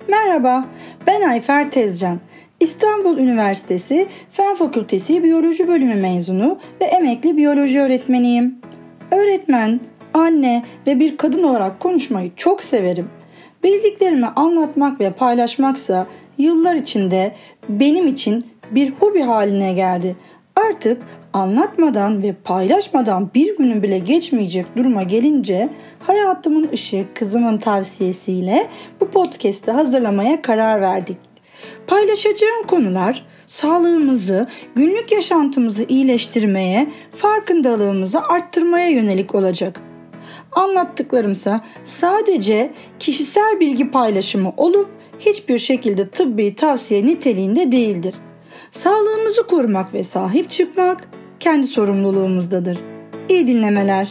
Merhaba, ben Ayfer Tezcan. İstanbul Üniversitesi Fen Fakültesi Biyoloji Bölümü mezunu ve emekli biyoloji öğretmeniyim. Öğretmen, anne ve bir kadın olarak konuşmayı çok severim. Bildiklerimi anlatmak ve paylaşmaksa yıllar içinde benim için bir hobi haline geldi. Artık anlatmadan ve paylaşmadan bir günün bile geçmeyecek duruma gelince hayatımın ışığı kızımın tavsiyesiyle bu podcast'ı hazırlamaya karar verdik. Paylaşacağım konular sağlığımızı, günlük yaşantımızı iyileştirmeye, farkındalığımızı arttırmaya yönelik olacak. Anlattıklarımsa sadece kişisel bilgi paylaşımı olup hiçbir şekilde tıbbi tavsiye niteliğinde değildir. Sağlığımızı korumak ve sahip çıkmak kendi sorumluluğumuzdadır. İyi dinlemeler.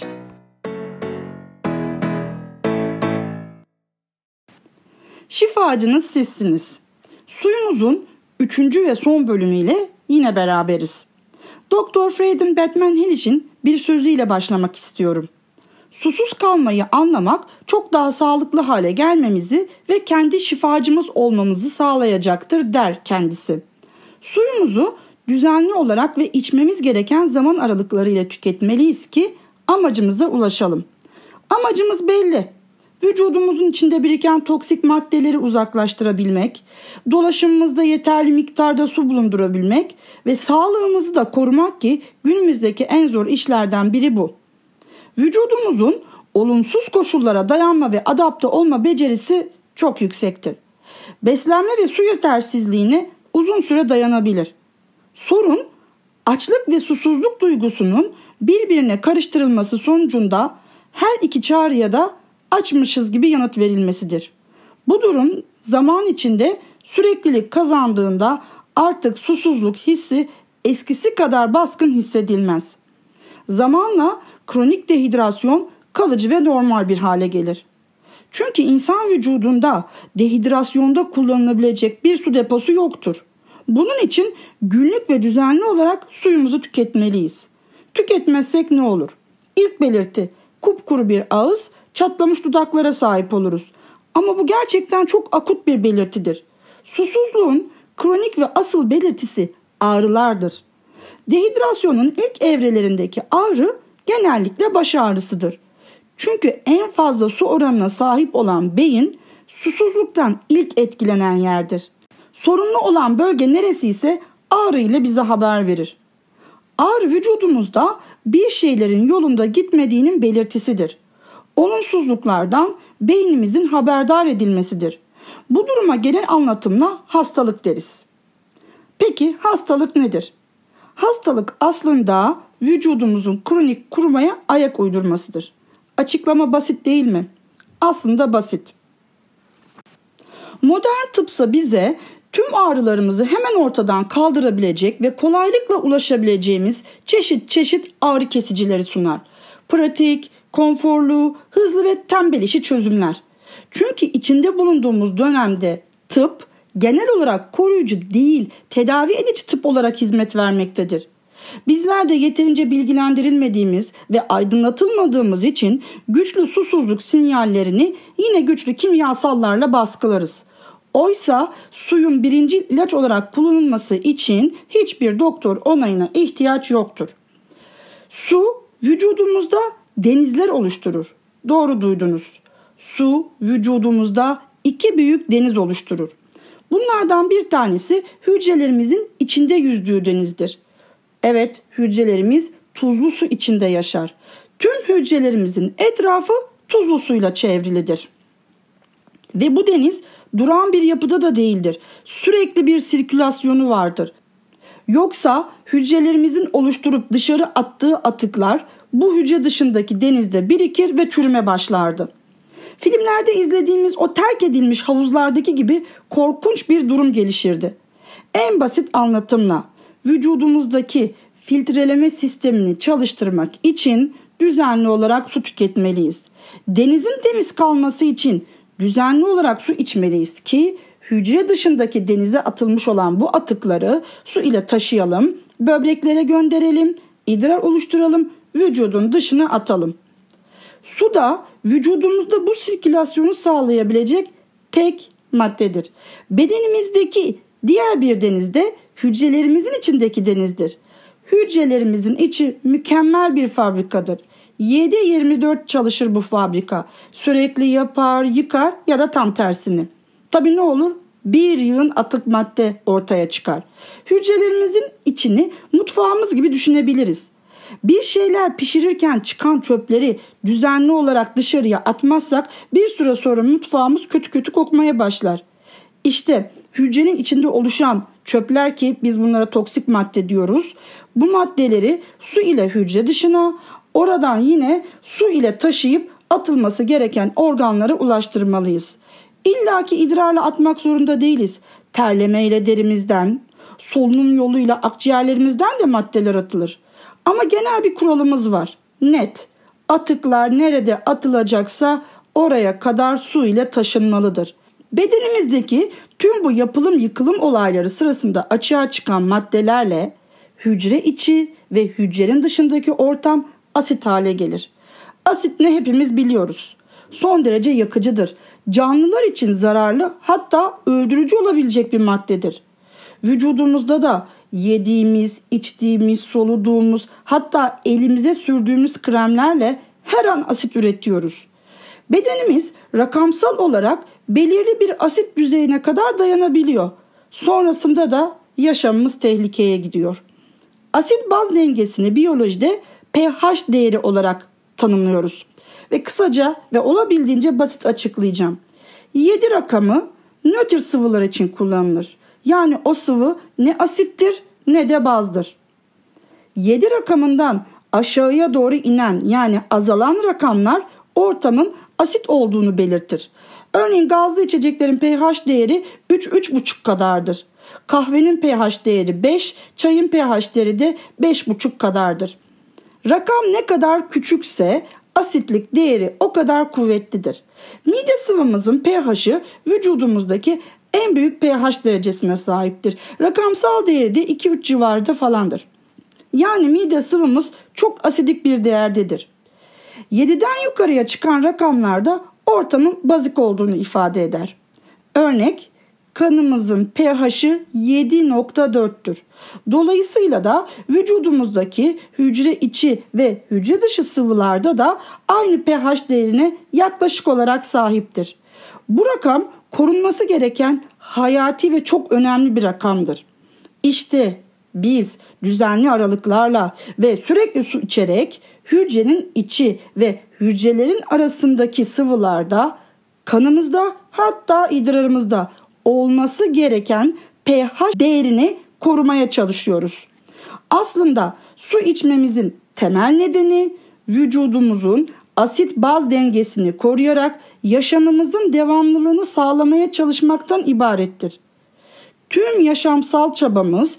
Şifacınız sizsiniz. Suyumuzun 3. ve son bölümüyle yine beraberiz. Dr. Freedom Batman Hillish'in bir sözüyle başlamak istiyorum. Susuz kalmayı anlamak çok daha sağlıklı hale gelmemizi ve kendi şifacımız olmamızı sağlayacaktır der kendisi. Suyumuzu düzenli olarak ve içmemiz gereken zaman aralıklarıyla tüketmeliyiz ki amacımıza ulaşalım. Amacımız belli. Vücudumuzun içinde biriken toksik maddeleri uzaklaştırabilmek, dolaşımımızda yeterli miktarda su bulundurabilmek ve sağlığımızı da korumak ki günümüzdeki en zor işlerden biri bu. Vücudumuzun olumsuz koşullara dayanma ve adapte olma becerisi çok yüksektir. Beslenme ve su yetersizliğine uzun süre dayanabilir. Sorun, açlık ve susuzluk duygusunun birbirine karıştırılması sonucunda her iki çağrıya da açmışız gibi yanıt verilmesidir. Bu durum zaman içinde süreklilik kazandığında artık susuzluk hissi eskisi kadar baskın hissedilmez. Zamanla kronik dehidrasyon kalıcı ve normal bir hale gelir. Çünkü insan vücudunda dehidrasyonda kullanılabilecek bir su deposu yoktur. Bunun için günlük ve düzenli olarak suyumuzu tüketmeliyiz. Tüketmezsek ne olur? İlk belirti kupkuru bir ağız, çatlamış dudaklara sahip oluruz. Ama bu gerçekten çok akut bir belirtidir. Susuzluğun kronik ve asıl belirtisi ağrılardır. Dehidrasyonun ilk evrelerindeki ağrı genellikle baş ağrısıdır. Çünkü en fazla su oranına sahip olan beyin susuzluktan ilk etkilenen yerdir. Sorunlu olan bölge neresi ise ağrı ile bize haber verir. Ağrı vücudumuzda bir şeylerin yolunda gitmediğinin belirtisidir. Olumsuzluklardan beynimizin haberdar edilmesidir. Bu duruma genel anlatımla hastalık deriz. Peki hastalık nedir? Hastalık aslında vücudumuzun kronik kurumaya ayak uydurmasıdır. Açıklama basit değil mi? Aslında basit. Modern tıpsa bize tüm ağrılarımızı hemen ortadan kaldırabilecek ve kolaylıkla ulaşabileceğimiz çeşit çeşit ağrı kesicileri sunar. Pratik, konforlu, hızlı ve tembel işi çözümler. Çünkü içinde bulunduğumuz dönemde tıp genel olarak koruyucu değil, tedavi edici tıp olarak hizmet vermektedir. Bizler de yeterince bilgilendirilmediğimiz ve aydınlatılmadığımız için güçlü susuzluk sinyallerini yine güçlü kimyasallarla baskılarız. Oysa suyun birinci ilaç olarak kullanılması için hiçbir doktor onayına ihtiyaç yoktur. Su vücudumuzda denizler oluşturur. Doğru duydunuz. Su vücudumuzda 2 büyük deniz oluşturur. Bunlardan bir tanesi hücrelerimizin içinde yüzdüğü denizdir. Evet, hücrelerimiz tuzlu su içinde yaşar. Tüm hücrelerimizin etrafı tuzlu suyla çevrilidir. Ve bu deniz duran bir yapıda da değildir. Sürekli bir sirkülasyonu vardır. Yoksa hücrelerimizin oluşturup dışarı attığı atıklar bu hücre dışındaki denizde birikir ve çürüme başlardı. Filmlerde izlediğimiz o terk edilmiş havuzlardaki gibi korkunç bir durum gelişirdi. En basit anlatımla vücudumuzdaki filtreleme sistemini çalıştırmak için düzenli olarak su tüketmeliyiz. Denizin temiz kalması için düzenli olarak su içmeliyiz ki hücre dışındaki denize atılmış olan bu atıkları su ile taşıyalım, böbreklere gönderelim, idrar oluşturalım, vücudun dışına atalım. Su da vücudumuzda bu sirkülasyonu sağlayabilecek tek maddedir. Bedenimizdeki diğer bir deniz de hücrelerimizin içindeki denizdir. Hücrelerimizin içi mükemmel bir fabrikadır. 7/24 çalışır bu fabrika. Sürekli yapar, yıkar ya da tam tersini. Tabii ne olur? Bir yığın atık madde ortaya çıkar. Hücrelerimizin içini mutfağımız gibi düşünebiliriz. Bir şeyler pişirirken çıkan çöpleri düzenli olarak dışarıya atmazsak bir süre sonra mutfağımız kötü kötü kokmaya başlar. İşte hücrenin içinde oluşan çöpler, ki biz bunlara toksik madde diyoruz. Bu maddeleri su ile hücre dışına, oradan yine su ile taşıyıp atılması gereken organlara ulaştırmalıyız. İlla ki idrarla atmak zorunda değiliz. Terlemeyle derimizden, solunum yoluyla akciğerlerimizden de maddeler atılır. Ama genel bir kuralımız var. Net. Atıklar nerede atılacaksa oraya kadar su ile taşınmalıdır. Bedenimizdeki tüm bu yapılım yıkılım olayları sırasında açığa çıkan maddelerle hücre içi ve hücrenin dışındaki ortam asit hale gelir. Asit ne hepimiz biliyoruz. Son derece yakıcıdır. Canlılar için zararlı, hatta öldürücü olabilecek bir maddedir. Vücudumuzda da yediğimiz, içtiğimiz, soluduğumuz, hatta elimize sürdüğümüz kremlerle her an asit üretiyoruz. Bedenimiz rakamsal olarak belirli bir asit düzeyine kadar dayanabiliyor. Sonrasında da yaşamımız tehlikeye gidiyor. Asit baz dengesini biyolojide pH değeri olarak tanımlıyoruz. Ve kısaca ve olabildiğince basit açıklayacağım. 7 rakamı nötr sıvılar için kullanılır. Yani o sıvı ne asittir ne de bazdır. 7 rakamından aşağıya doğru inen, yani azalan rakamlar ortamın asit olduğunu belirtir. Örneğin gazlı içeceklerin pH değeri 3-3,5 kadardır. Kahvenin pH değeri 5, çayın pH değeri de 5,5 kadardır. Rakam ne kadar küçükse asitlik değeri o kadar kuvvetlidir. Mide sıvımızın pH'i vücudumuzdaki en büyük pH derecesine sahiptir. Rakamsal değeri de 2-3 civarında falandır. Yani mide sıvımız çok asidik bir değerdedir. 7'den yukarıya çıkan rakamlarda ortamın bazik olduğunu ifade eder. Örnek, kanımızın pH'i 7,4'tür. Dolayısıyla da vücudumuzdaki hücre içi ve hücre dışı sıvılarda da aynı pH değerine yaklaşık olarak sahiptir. Bu rakam korunması gereken hayati ve çok önemli bir rakamdır. İşte biz düzenli aralıklarla ve sürekli su içerek hücrenin içi ve hücrelerin arasındaki sıvılarda, kanımızda, hatta idrarımızda olması gereken pH değerini korumaya çalışıyoruz. Aslında su içmemizin temel nedeni vücudumuzun asit baz dengesini koruyarak yaşamımızın devamlılığını sağlamaya çalışmaktan ibarettir. Tüm yaşamsal çabamız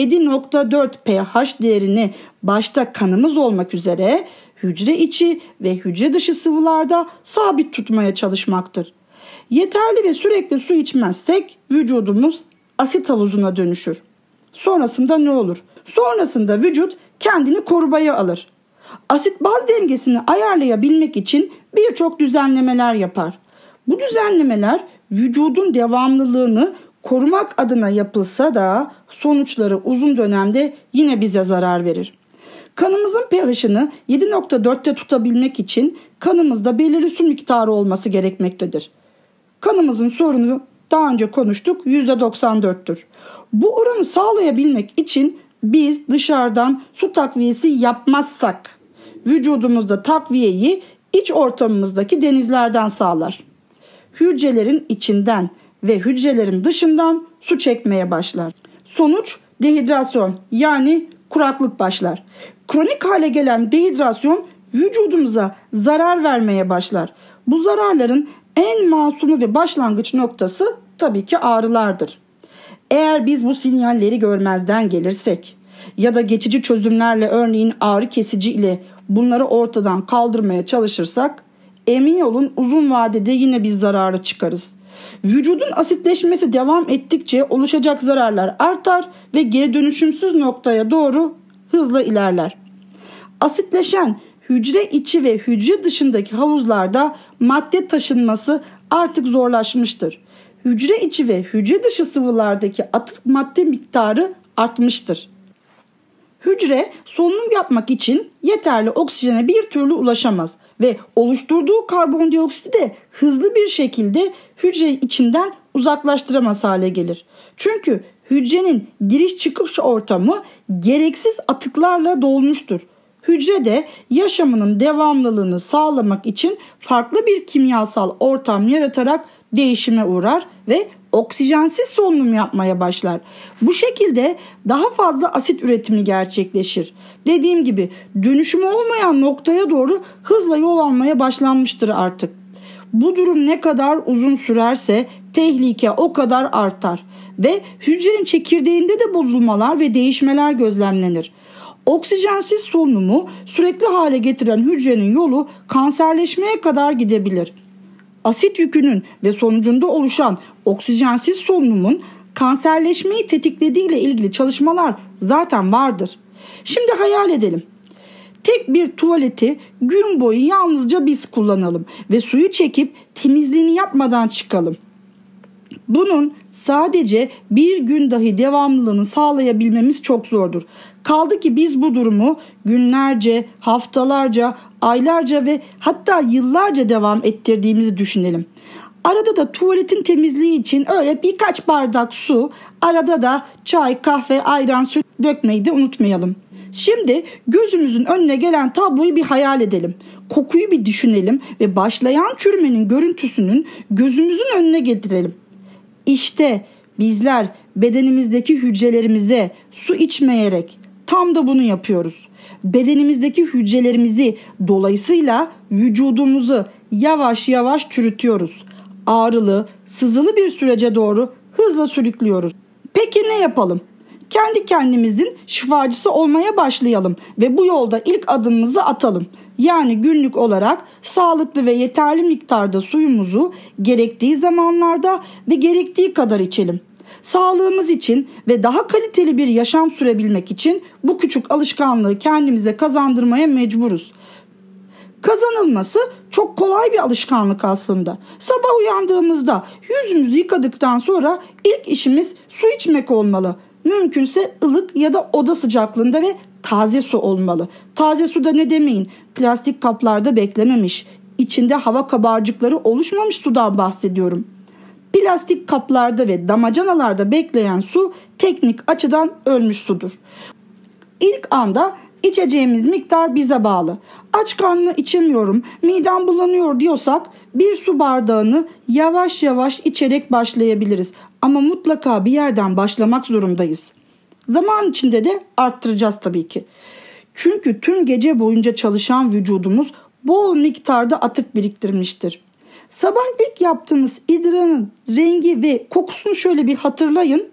7,4 pH değerini başta kanımız olmak üzere hücre içi ve hücre dışı sıvılarda sabit tutmaya çalışmaktır. Yeterli ve sürekli su içmezsek vücudumuz asit havuzuna dönüşür. Sonrasında ne olur? Sonrasında vücut kendini korumaya alır. Asit baz dengesini ayarlayabilmek için birçok düzenlemeler yapar. Bu düzenlemeler vücudun devamlılığını korumak adına yapılsa da sonuçları uzun dönemde yine bize zarar verir. Kanımızın pH'ini 7,4'te tutabilmek için kanımızda belirli su miktarı olması gerekmektedir. Kanımızın sorunu daha önce konuştuk, %94'tür. Bu oranı sağlayabilmek için biz dışarıdan su takviyesi yapmazsak vücudumuzda takviyeyi iç ortamımızdaki denizlerden sağlar. Hücrelerin içinden ve hücrelerin dışından su çekmeye başlar. Sonuç dehidrasyon, yani kuraklık başlar. Kronik hale gelen dehidrasyon vücudumuza zarar vermeye başlar. Bu zararların en masumu ve başlangıç noktası tabii ki ağrılardır. Eğer biz bu sinyalleri görmezden gelirsek ya da geçici çözümlerle, örneğin ağrı kesici ile bunları ortadan kaldırmaya çalışırsak emin olun uzun vadede yine biz zararı çıkarız. Vücudun asitleşmesi devam ettikçe oluşacak zararlar artar ve geri dönüşümsüz noktaya doğru hızla ilerler. Asitleşen hücre içi ve hücre dışındaki havuzlarda madde taşınması artık zorlaşmıştır. hücre içi ve hücre dışı sıvılardaki atık madde miktarı artmıştır. Hücre solunum yapmak için yeterli oksijene bir türlü ulaşamaz ve oluşturduğu karbondioksiti de hızlı bir şekilde hücre içinden uzaklaştıramaz hale gelir. Çünkü hücrenin giriş çıkış ortamı gereksiz atıklarla dolmuştur. Hücre de yaşamının devamlılığını sağlamak için farklı bir kimyasal ortam yaratarak değişime uğrar ve oksijensiz solunum yapmaya başlar. Bu şekilde daha fazla asit üretimi gerçekleşir. Dediğim gibi dönüşümü olmayan noktaya doğru hızla yol almaya başlanmıştır artık. Bu durum ne kadar uzun sürerse tehlike o kadar artar ve hücrenin çekirdeğinde de bozulmalar ve değişmeler gözlemlenir. Oksijensiz solunumu sürekli hale getiren hücrenin yolu kanserleşmeye kadar gidebilir. Asit yükünün ve sonucunda oluşan oksijensiz solunumun kanserleşmeyi tetiklediği ile ilgili çalışmalar zaten vardır. Şimdi hayal edelim. Tek bir tuvaleti gün boyu yalnızca biz kullanalım ve suyu çekip temizliğini yapmadan çıkalım. Bunun sadece bir gün dahi devamlılığını sağlayabilmemiz çok zordur. Kaldı ki biz bu durumu günlerce, haftalarca, aylarca ve hatta yıllarca devam ettirdiğimizi düşünelim. Arada da tuvaletin temizliği için öyle birkaç bardak su, arada da çay, kahve, ayran, süt dökmeyi de unutmayalım. Şimdi gözümüzün önüne gelen tabloyu bir hayal edelim. Kokuyu bir düşünelim ve başlayan çürümenin görüntüsünün gözümüzün önüne getirelim. İşte bizler bedenimizdeki hücrelerimize su içmeyerek tam da bunu yapıyoruz. Bedenimizdeki hücrelerimizi dolayısıyla vücudumuzu yavaş yavaş çürütüyoruz. Ağrılı, sızılı bir sürece doğru hızla sürüklüyoruz. Peki ne yapalım? Kendi kendimizin şifacısı olmaya başlayalım ve bu yolda ilk adımımızı atalım. Yani günlük olarak sağlıklı ve yeterli miktarda suyumuzu gerektiği zamanlarda ve gerektiği kadar içelim. Sağlığımız için ve daha kaliteli bir yaşam sürebilmek için bu küçük alışkanlığı kendimize kazandırmaya mecburuz. Kazanılması çok kolay bir alışkanlık aslında. Sabah uyandığımızda yüzümüzü yıkadıktan sonra ilk işimiz su içmek olmalı. Mümkünse ılık ya da oda sıcaklığında ve taze su olmalı. Taze suda ne demeyin, plastik kaplarda beklememiş, içinde hava kabarcıkları oluşmamış sudan bahsediyorum. Plastik kaplarda ve damacanalarda bekleyen su teknik açıdan ölmüş sudur. İlk anda içeceğimiz miktar bize bağlı. Aç karnına içemiyorum, midem bulanıyor diyorsak bir su bardağını yavaş yavaş içerek başlayabiliriz. Ama mutlaka bir yerden başlamak zorundayız. Zaman içinde de arttıracağız tabii ki. Çünkü tüm gece boyunca çalışan vücudumuz bol miktarda atık biriktirmiştir. Sabah ilk yaptığımız idrarın rengi ve kokusunu şöyle bir hatırlayın.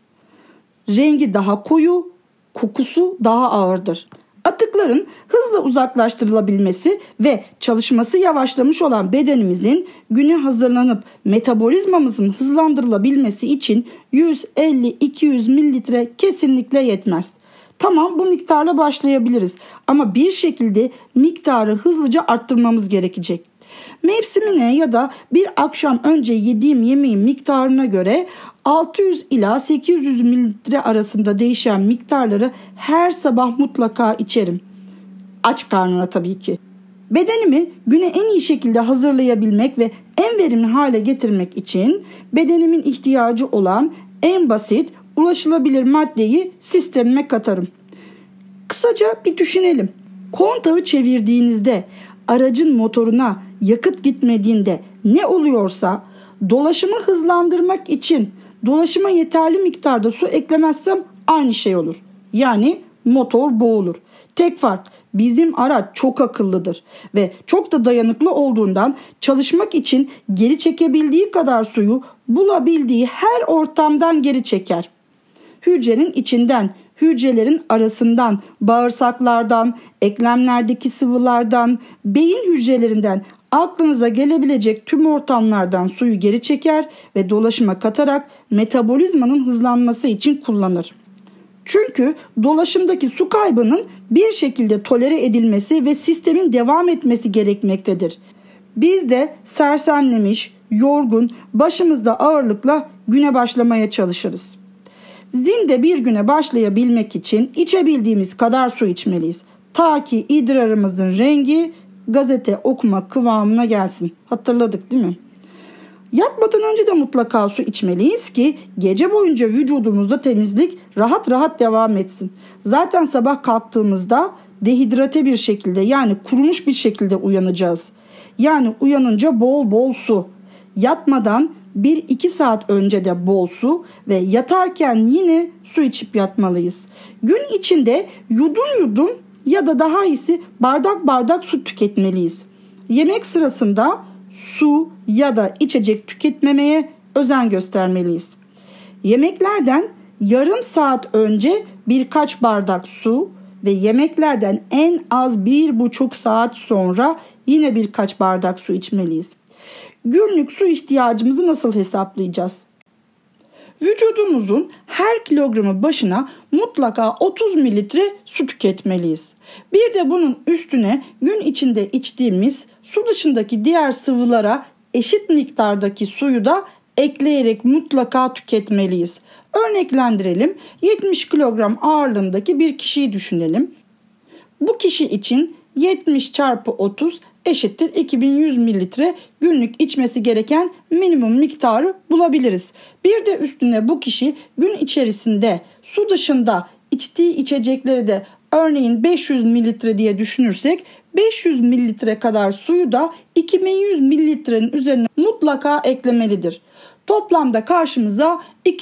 Rengi daha koyu, kokusu daha ağırdır. Atıkların hızla uzaklaştırılabilmesi ve çalışması yavaşlamış olan bedenimizin güne hazırlanıp metabolizmamızın hızlandırılabilmesi için 150-200 mililitre kesinlikle yetmez. Tamam, bu miktarla başlayabiliriz ama bir şekilde miktarı hızlıca arttırmamız gerekecek. Mevsimine ya da bir akşam önce yediğim yemeğin miktarına göre 600 ila 800 mililitre arasında değişen miktarları her sabah mutlaka içerim. Aç karnına tabii ki. Bedenimi güne en iyi şekilde hazırlayabilmek ve en verimli hale getirmek için bedenimin ihtiyacı olan en basit, ulaşılabilir maddeyi sistemime katarım. Kısaca bir düşünelim. Kontağı çevirdiğinizde aracın motoruna yakıt gitmediğinde ne oluyorsa dolaşımı hızlandırmak için dolaşıma yeterli miktarda su eklemezsem aynı şey olur. Yani motor boğulur. Tek fark, bizim araç çok akıllıdır ve çok da dayanıklı olduğundan çalışmak için geri çekebildiği kadar suyu bulabildiği her ortamdan geri çeker. Hücrenin içinden, hücrelerin arasından, bağırsaklardan, eklemlerdeki sıvılardan, beyin hücrelerinden aklınıza gelebilecek tüm ortamlardan suyu geri çeker ve dolaşıma katarak metabolizmanın hızlanması için kullanır. Çünkü dolaşımdaki su kaybının bir şekilde tolere edilmesi ve sistemin devam etmesi gerekmektedir. Biz de sersemlemiş, yorgun, başımızda ağırlıkla güne başlamaya çalışırız. Zinde bir güne başlayabilmek için içebildiğimiz kadar su içmeliyiz. Ta ki idrarımızın rengi gazete okuma kıvamına gelsin. Hatırladık değil mi? Yatmadan önce de mutlaka su içmeliyiz ki gece boyunca vücudumuzda temizlik rahat rahat devam etsin. Zaten sabah kalktığımızda dehidrate bir şekilde, yani kurumuş bir şekilde uyanacağız. Yani uyanınca bol bol su. Yatmadan 1-2 saat önce de bol su ve yatarken yine su içip yatmalıyız. Gün içinde yudum yudum ya da daha iyisi bardak bardak su tüketmeliyiz. Yemek sırasında su ya da içecek tüketmemeye özen göstermeliyiz. Yemeklerden yarım saat önce birkaç bardak su ve yemeklerden en az 1,5 saat sonra yine birkaç bardak su içmeliyiz. Günlük su ihtiyacımızı nasıl hesaplayacağız? Vücudumuzun her kilogramı başına mutlaka 30 mililitre su tüketmeliyiz. Bir de bunun üstüne gün içinde içtiğimiz su dışındaki diğer sıvılara eşit miktardaki suyu da ekleyerek mutlaka tüketmeliyiz. Örneklendirelim. 70 kilogram ağırlığındaki bir kişiyi düşünelim. Bu kişi için 70 çarpı 30 eşittir 2100 mililitre günlük içmesi gereken minimum miktarı bulabiliriz. Bir de üstüne bu kişi gün içerisinde su dışında içtiği içecekleri de örneğin 500 mililitre diye düşünürsek 500 mililitre kadar suyu da 2100 mililitrenin üzerine mutlaka eklemelidir. Toplamda karşımıza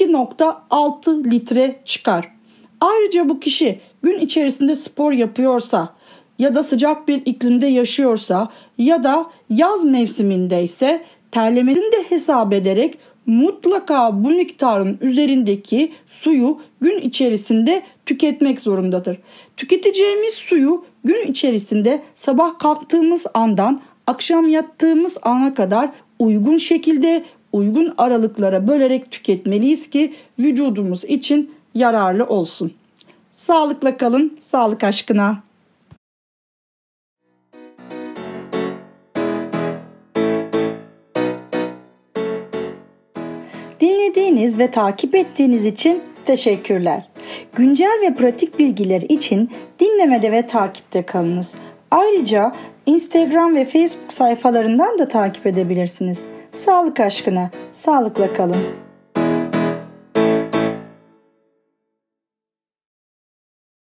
2,6 litre çıkar. Ayrıca bu kişi gün içerisinde spor yapıyorsa ya da sıcak bir iklimde yaşıyorsa ya da yaz mevsimindeyse terlemesini de hesap ederek mutlaka bu miktarın üzerindeki suyu gün içerisinde tüketmek zorundadır. Tüketeceğimiz suyu gün içerisinde sabah kalktığımız andan akşam yattığımız ana kadar uygun şekilde, uygun aralıklara bölerek tüketmeliyiz ki vücudumuz için yararlı olsun. Sağlıkla kalın, sağlık aşkına. Dinlediğiniz ve takip ettiğiniz için teşekkürler. Güncel ve pratik bilgiler için dinlemede ve takipte kalınız. Ayrıca Instagram ve Facebook sayfalarından da takip edebilirsiniz. Sağlık aşkına, sağlıkla kalın.